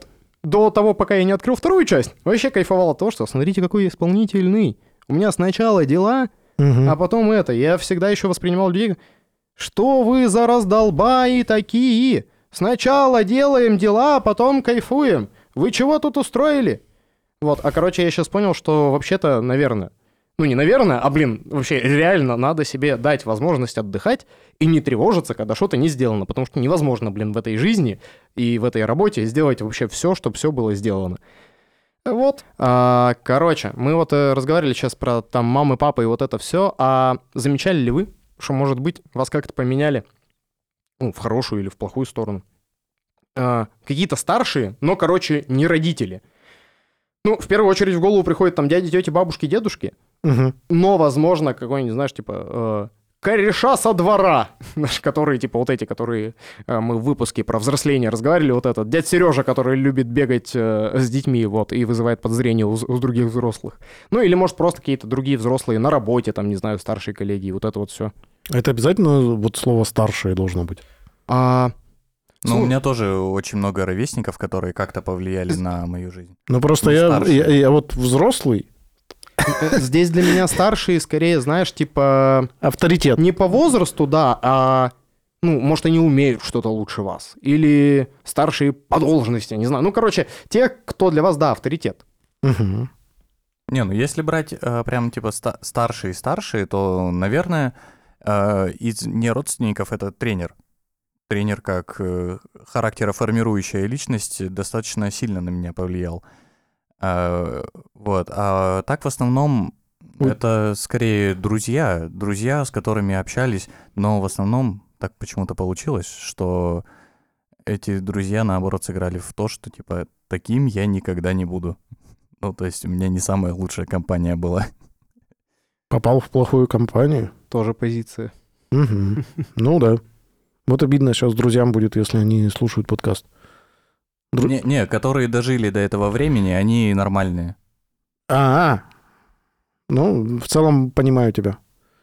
до того, пока я не открыл вторую часть, вообще кайфовал от того, что смотрите, какой я исполнительный. У меня сначала дела, Мгм. а потом это. Я всегда еще воспринимал людей, что вы за раздолбаи такие? Сначала делаем дела, а потом кайфуем. Вы чего тут устроили? Вот, а короче, я сейчас понял, что вообще-то, наверное, ну не наверное, а, блин, вообще реально надо себе дать возможность отдыхать и не тревожиться, когда что-то не сделано, потому что невозможно, блин, в этой жизни и в этой работе сделать вообще все, чтобы все было сделано. Вот. А, короче, мы вот э, разговаривали сейчас про там мамы, папы и вот это все, а замечали ли вы, что, может быть, вас как-то поменяли, ну, в хорошую или в плохую сторону? А, какие-то старшие, но, короче, не родители. Ну, в первую очередь в голову приходят там дяди, тети, бабушки, дедушки, Мгм. но, возможно, какой-нибудь, знаешь, типа, э, кореша со двора, знаешь, которые, типа, вот эти, которые э, мы в выпуске про взросление разговаривали, вот этот дядь Сережа, который любит бегать э, с детьми, вот, и вызывает подозрения у, у других взрослых. Ну, или, может, просто какие-то другие взрослые на работе, там, не знаю, старшие коллеги, вот это вот все. Это обязательно вот слово «старшее» должно быть? А, Ну, Слу- у меня тоже очень много ровесников, которые как-то повлияли на мою жизнь. Ну, просто Ну, я, старшие. я, я вот взрослый, э, здесь для меня старшие, скорее, знаешь, типа, авторитет. не по возрасту, да, а, ну, может, они умеют что-то лучше вас. Или старшие по должности, не знаю. Ну, короче, те, кто для вас, да, авторитет. Мгм. Не, ну если брать э, прям типа ста- старшие-старшие, то, наверное, э, из не родственников это тренер. Тренер как э, характероформирующая личность достаточно сильно на меня повлиял. Э, вот. А так в основном Ой. это скорее друзья, друзья, с которыми общались, но в основном так почему-то получилось, что эти друзья, наоборот, сыграли в то, что типа таким я никогда не буду. Ну, то есть у меня не самая лучшая компания была. Попал в плохую компанию. Тоже позиция. Мгм. Ну да. Вот обидно сейчас друзьям будет, если они слушают подкаст. Дру- Не, не, которые дожили до этого времени, они нормальные. А, ну, в целом понимаю тебя.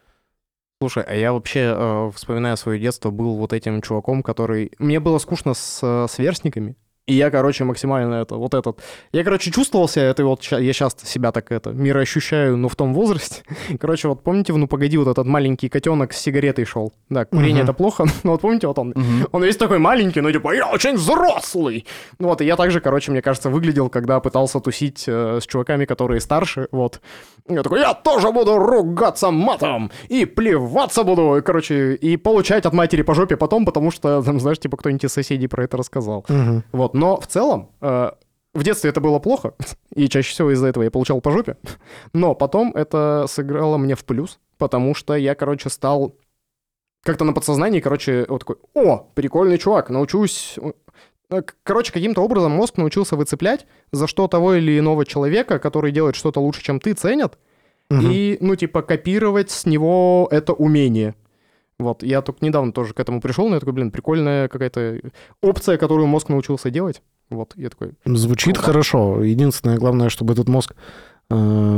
Слушай, а я вообще, э, вспоминая свое детство, был вот этим чуваком, который... Мне было скучно с э, сверстниками, и я, короче, максимально это, вот этот... Я, короче, чувствовал себя, это вот ща- я сейчас себя так это, мироощущаю, но в том возрасте. Короче, вот помните, в «Ну, погоди», вот этот маленький котенок с сигаретой шел? Да, курение — Мгм. это плохо, но вот помните, вот он... Мгм. Он весь такой маленький, но типа, я очень взрослый. Ну вот, и я также, короче, мне кажется, выглядел, когда пытался тусить э, с чуваками, которые старше, вот. Я такой, я тоже буду ругаться матом и плеваться буду, и, короче, и получать от матери по жопе потом, потому что, там, знаешь, типа, кто-нибудь из соседей про это рассказал. Мгм. Вот, но в целом, э, в детстве это было плохо, и чаще всего из-за этого я получал по жопе, но потом это сыграло мне в плюс, потому что я, короче, стал как-то на подсознании, короче, вот такой, о, прикольный чувак, научусь... э, к- Короче, каким-то образом мозг научился выцеплять, за что того или иного человека, который делает что-то лучше, чем ты, ценят, Мгм. и, ну, типа, копировать с него это умение. Вот, я только недавно тоже к этому пришел, но я такой, блин, прикольная какая-то опция, которую мозг научился делать. Вот, я такой, Звучит Круто. хорошо. Единственное, главное, чтобы этот мозг э,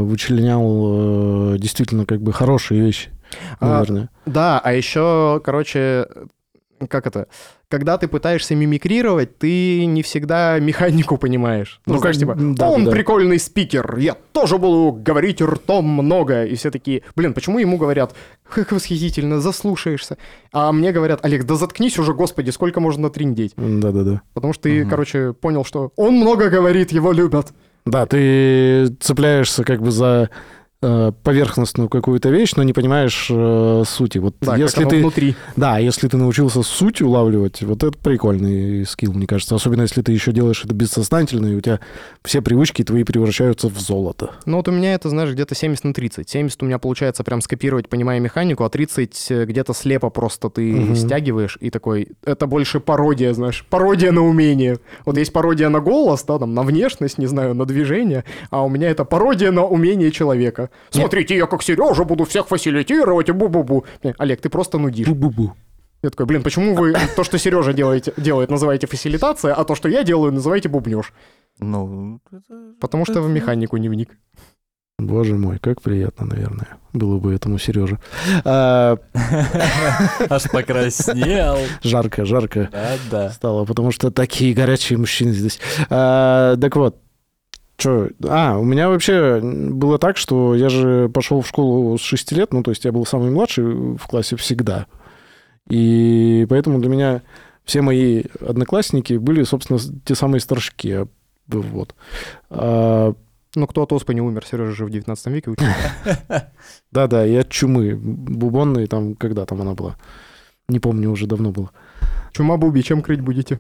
вычленял э, действительно как бы хорошие вещи, А, наверное. да, а еще, короче, как это? Когда ты пытаешься мимикрировать, ты не всегда механику понимаешь. Ну, Ну, знаешь, как- типа, да, он да, да. прикольный спикер, я тоже буду говорить ртом много. И все такие, блин, почему ему говорят, как восхитительно, заслушаешься. А мне говорят, Олег, да заткнись уже, господи, сколько можно триндеть. Да-да-да. Потому что ты, Мгм. короче, понял, что он много говорит, его любят. Да, ты цепляешься как бы за э, поверхностную какую-то вещь, но не понимаешь э, сути. Вот Да, если как оно ты, внутри. да, если ты научился суть улавливать, вот это прикольный скилл, мне кажется. Особенно если ты еще делаешь это бессознательно, и у тебя все привычки твои превращаются в золото. Ну вот у меня это, знаешь, где-то семьдесят на тридцать. семьдесят у меня получается прям скопировать, понимая механику, а тридцать где-то слепо просто ты Мгм. стягиваешь и такой... Это больше пародия, знаешь, пародия на умение. Вот есть пародия на голос, да, там, на внешность, не знаю, на движение, а у меня это пародия на умение человека. Смотрите, я как Сережа буду всех фасилитировать, и бу-бу-бу. Не, Олег, ты просто нудишь. Бу-бу-бу. Я такой, блин, почему вы то, что Сережа делаете, делает, называете фасилитация, а то, что я делаю, называете бубнёж? Ну, это- Потому что в механику не вник. Боже мой, как приятно, наверное, было бы этому Сереже. А, Аж покраснел. Жарко, жарко Да-да. стало, потому что такие горячие мужчины здесь. А, Так вот, что? А, у меня вообще было так, что я же пошел в школу с шести лет, ну, то есть я был самый младший в классе всегда. И поэтому для меня все мои одноклассники были, собственно, те самые старшики. Вот. А, Ну, кто от оспы не умер, Сережа же в девятнадцатом веке учил. Да-да, и от чумы бубонной, там, когда там она была. Не помню, уже давно было. Чума Буби, чем крыть будете?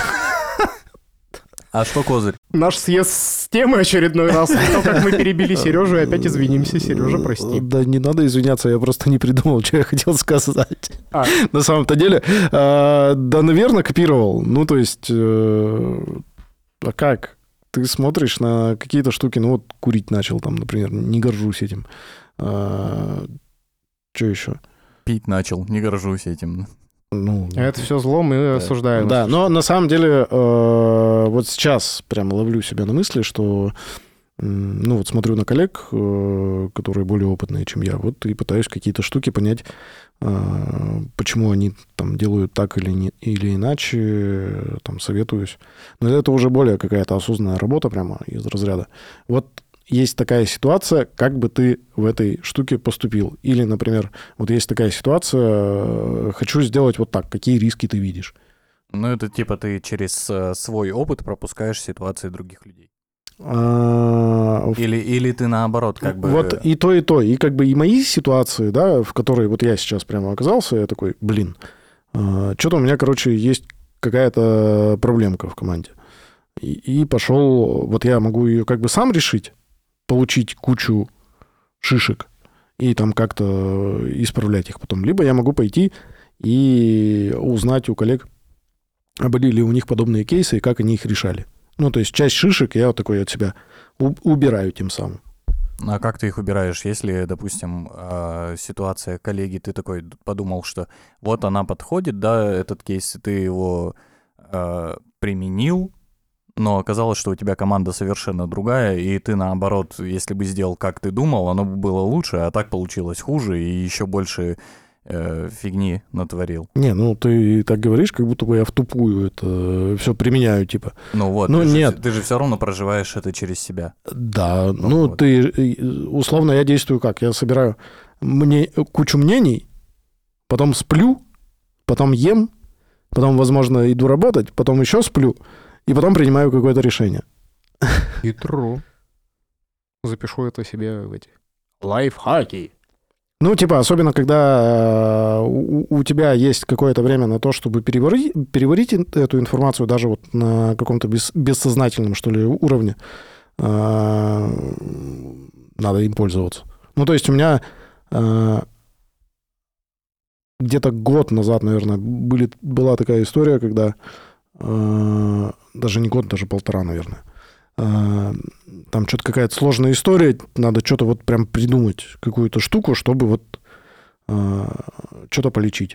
А что козырь? Наш съезд с темы очередной раз. То, как мы перебили Сережу, и опять извинимся. Сережа, прости. Да не надо извиняться, я просто не придумал, что я хотел сказать. А. На самом-то деле, а, да, наверное, копировал. Ну, то есть, э, а как? Ты смотришь на какие-то штуки, ну, вот курить начал там, например, не горжусь этим. А, что еще? Пить начал, не горжусь этим. Ну, Это все зло мы осуждаем. да, но на самом деле э, вот сейчас прям ловлю себя на мысли, что м, ну вот смотрю на коллег, э, которые более опытные, чем я, вот и пытаюсь какие-то штуки понять, э, почему они там делают так или, не, или иначе, э, там советуюсь. Но это уже более какая-то осознанная работа прямо из разряда. Вот есть такая ситуация, как бы ты в этой штуке поступил. Или, например, вот есть такая ситуация, хочу сделать вот так, какие риски ты видишь. Ну, это типа ты через э, свой опыт пропускаешь ситуации других людей. А, Или, или ты наоборот, как бы... Вот и то, и то. И как бы и мои ситуации, да, в которой вот я сейчас прямо оказался, я такой, блин, что-то у меня, короче, есть какая-то проблемка в команде. И, и пошел, вот я могу ее как бы сам решить, получить кучу шишек и там как-то исправлять их потом. Либо я могу пойти и узнать у коллег, а были ли у них подобные кейсы и как они их решали. Ну, то есть часть шишек я вот такой от себя убираю тем самым. А как ты их убираешь, если, допустим, э, ситуация коллеги, ты такой подумал, что вот она подходит, да, этот кейс, ты его э, применил, но оказалось, что у тебя команда совершенно другая, и ты, наоборот, если бы сделал, как ты думал, оно бы было лучше, а так получилось хуже, и еще больше э, фигни натворил. Не, ну ты так говоришь, как будто бы я в тупую это все применяю, типа. Ну вот, ну, ты, нет. Же, ты же все равно проживаешь это через себя. Да, ну, ну вот. ты, условно, я действую как? Я собираю мне, кучу мнений, потом сплю, потом ем, потом, возможно, иду работать, потом еще сплю, и потом принимаю какое-то решение. Хитро. Запишу это себе в эти лайфхаки. Ну, типа, особенно, когда у, у тебя есть какое-то время на то, чтобы переварить, переварить эту информацию даже вот на каком-то бес, бессознательном, что ли, уровне, надо им пользоваться. Ну, то есть у меня где-то год назад, наверное, были, была такая история, когда даже не год, даже полтора, наверное, там что-то какая-то сложная история, надо что-то вот прям придумать, какую-то штуку, чтобы вот что-то полечить.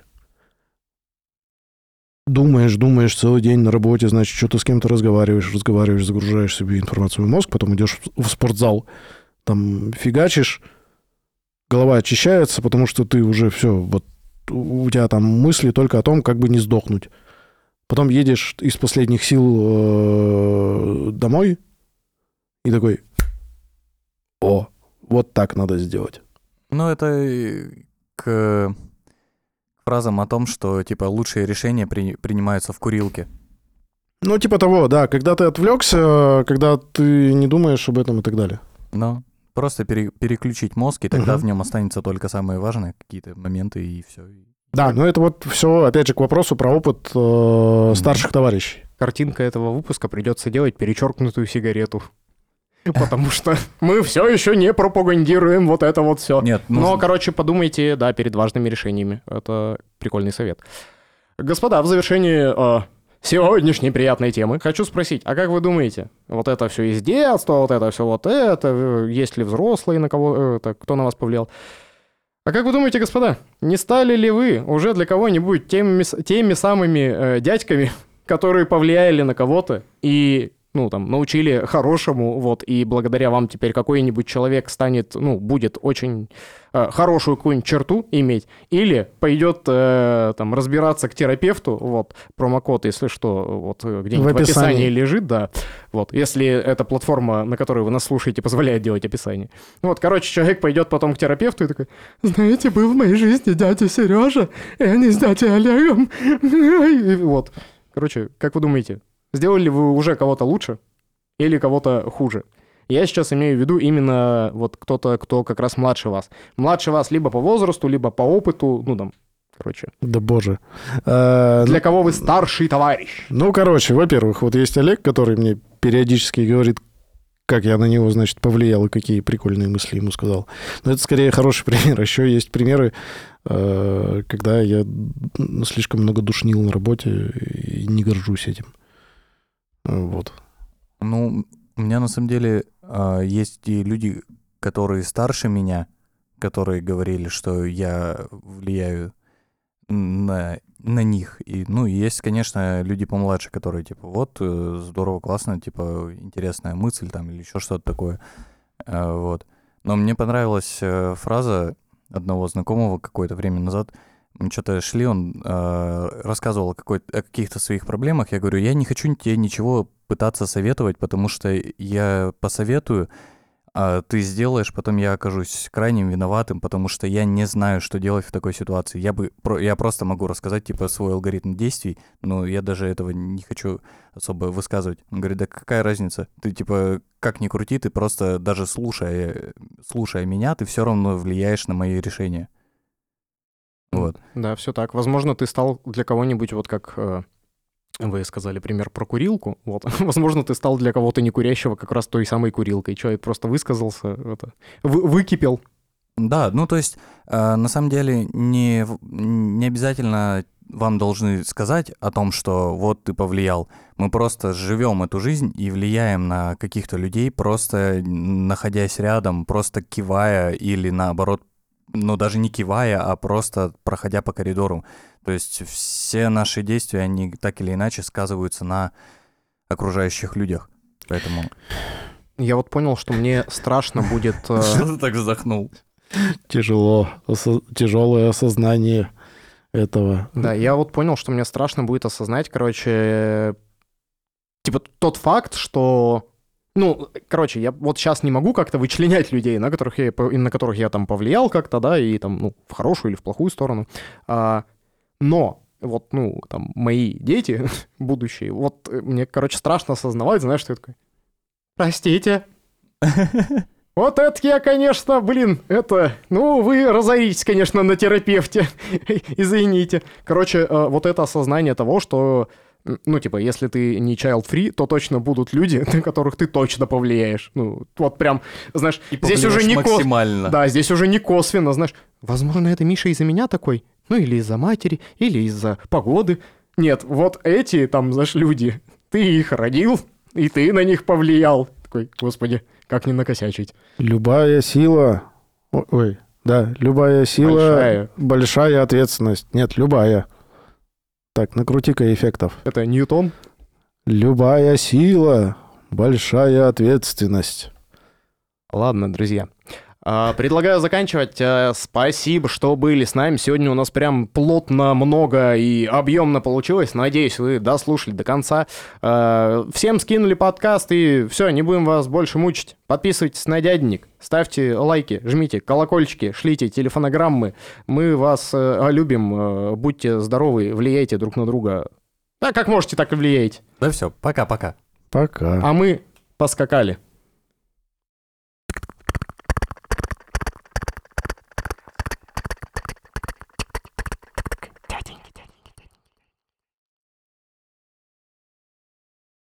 Думаешь, думаешь целый день на работе, значит, что-то с кем-то разговариваешь, разговариваешь, загружаешь себе информацию в мозг, потом идешь в спортзал, там фигачишь, голова очищается, потому что ты уже все, вот у тебя там мысли только о том, как бы не сдохнуть. Потом едешь из последних сил домой и такой, о, вот так надо сделать. Ну, это к фразам о том, что, типа, лучшие решения при... принимаются в курилке. Ну, типа того, да, когда ты отвлекся, когда ты не думаешь об этом и так далее. Ну, просто пере... переключить мозг, и тогда Угу. в нем останется только самые важные какие-то моменты, и все. Да, но это вот все, опять же, к вопросу про опыт э, mm-hmm. старших товарищей. Картинка этого выпуска придется делать перечеркнутую сигарету. Потому что мы все еще не пропагандируем вот это вот все. Нет, нужно... Но, нужно... короче, подумайте, да, перед важными решениями. Это прикольный совет. Господа, в завершении э, сегодняшней приятной темы хочу спросить, а как вы думаете, вот это все из детства, вот это все вот это, есть ли взрослые, на кого, это, кто на вас повлиял? А как вы думаете, господа, не стали ли вы уже для кого-нибудь теми, теми самыми э, дядьками, которые повлияли на кого-то и ну, там, научили хорошему, вот, и благодаря вам теперь какой-нибудь человек станет, ну, будет очень э, хорошую какую-нибудь черту иметь, или пойдет, э, там, разбираться к терапевту, вот, промокод, если что, вот, где-нибудь в описании. в описании лежит, да, вот, если эта платформа, на которой вы нас слушаете, позволяет делать описание. Вот, короче, человек пойдет потом к терапевту и такой: знаете, был в моей жизни дядя Сережа, и они с дядей Олегом, и вот. Короче, как вы думаете, сделали ли вы уже кого-то лучше или кого-то хуже? Я сейчас имею в виду именно вот кто-то, кто как раз младше вас. Младше вас либо по возрасту, либо по опыту, ну там, короче. Да боже. А, Для кого вы старший товарищ? Ну, короче, во-первых, вот есть Олег, который мне периодически говорит, как я на него, значит, повлиял и какие прикольные мысли ему сказал. Но это скорее хороший пример. Еще есть примеры, когда я слишком много душнил на работе и не горжусь этим. Вот. Ну, у меня на самом деле есть и люди, которые старше меня, которые говорили, что я влияю на, на них. И, ну, и есть, конечно, люди помладше, которые, типа, вот, здорово, классно, типа, интересная мысль там или еще что-то такое. Вот. Но мне понравилась фраза одного знакомого какое-то время назад. Мы что-то шли, он э, рассказывал о, о каких-то своих проблемах. Я говорю, я не хочу тебе ничего пытаться советовать, потому что я посоветую, а ты сделаешь, потом я окажусь крайним виноватым, потому что я не знаю, что делать в такой ситуации. Я, бы, я просто могу рассказать, типа, свой алгоритм действий, но я даже этого не хочу особо высказывать. Он говорит, да какая разница? Ты, типа, как ни крути, ты просто даже слушая, слушая меня, ты все равно влияешь на мои решения. Вот. Да, все так. Возможно, ты стал для кого-нибудь, вот как э, вы сказали, пример про курилку. Вот. Возможно, ты стал для кого-то некурящего как раз той самой курилкой. Человек просто высказался, это, вы, выкипел. Да, ну то есть, э, на самом деле, не, не обязательно вам должны сказать о том, что вот ты повлиял. Мы просто живем эту жизнь и влияем на каких-то людей, просто находясь рядом, просто кивая или наоборот, ну, даже не кивая, а просто проходя по коридору. То есть все наши действия, они так или иначе сказываются на окружающих людях. Поэтому... Я вот понял, что мне страшно будет... Что ты так вздохнул? Тяжело. Тяжелое осознание этого. Да, я вот понял, что мне страшно будет осознать, короче, типа тот факт, что... Ну, короче, я вот сейчас не могу как-то вычленять людей, на которых я, на которых я там повлиял как-то, да, и там, ну, в хорошую или в плохую сторону. А, но вот, ну, там, мои дети будущие, вот мне, короче, страшно осознавать, знаешь, что я такой: простите. Вот это я, конечно, блин, это... Ну, вы разоритесь, конечно, на терапевте. Извините. Короче, вот это осознание того, что... Ну, типа, если ты не child-free, то точно будут люди, на которых ты точно повлияешь. Ну, вот прям, знаешь, и здесь уже не максимально. Кос... Да, здесь уже не косвенно, знаешь. Возможно, это Миша из-за меня такой. Ну, или из-за матери, или из-за погоды. Нет, вот эти там, знаешь, люди, ты их родил, и ты на них повлиял. Такой, господи, как не накосячить. Любая сила... Ой, да, любая сила... Большая. Большая ответственность. Нет, любая. Так, накрути-ка эффектов. Это Ньютон? Любая сила, большая ответственность. Ладно, друзья. Предлагаю заканчивать. Спасибо, что были с нами. Сегодня у нас прям плотно, много и объемно получилось. Надеюсь, вы дослушали до конца. Всем скинули подкаст, и все, не будем вас больше мучить. Подписывайтесь на дяденник, ставьте лайки, жмите колокольчики, шлите телефонограммы. Мы вас любим. Будьте здоровы, влияйте друг на друга. Да, как можете, так и влияйте. Да все, пока-пока. Пока. А мы поскакали.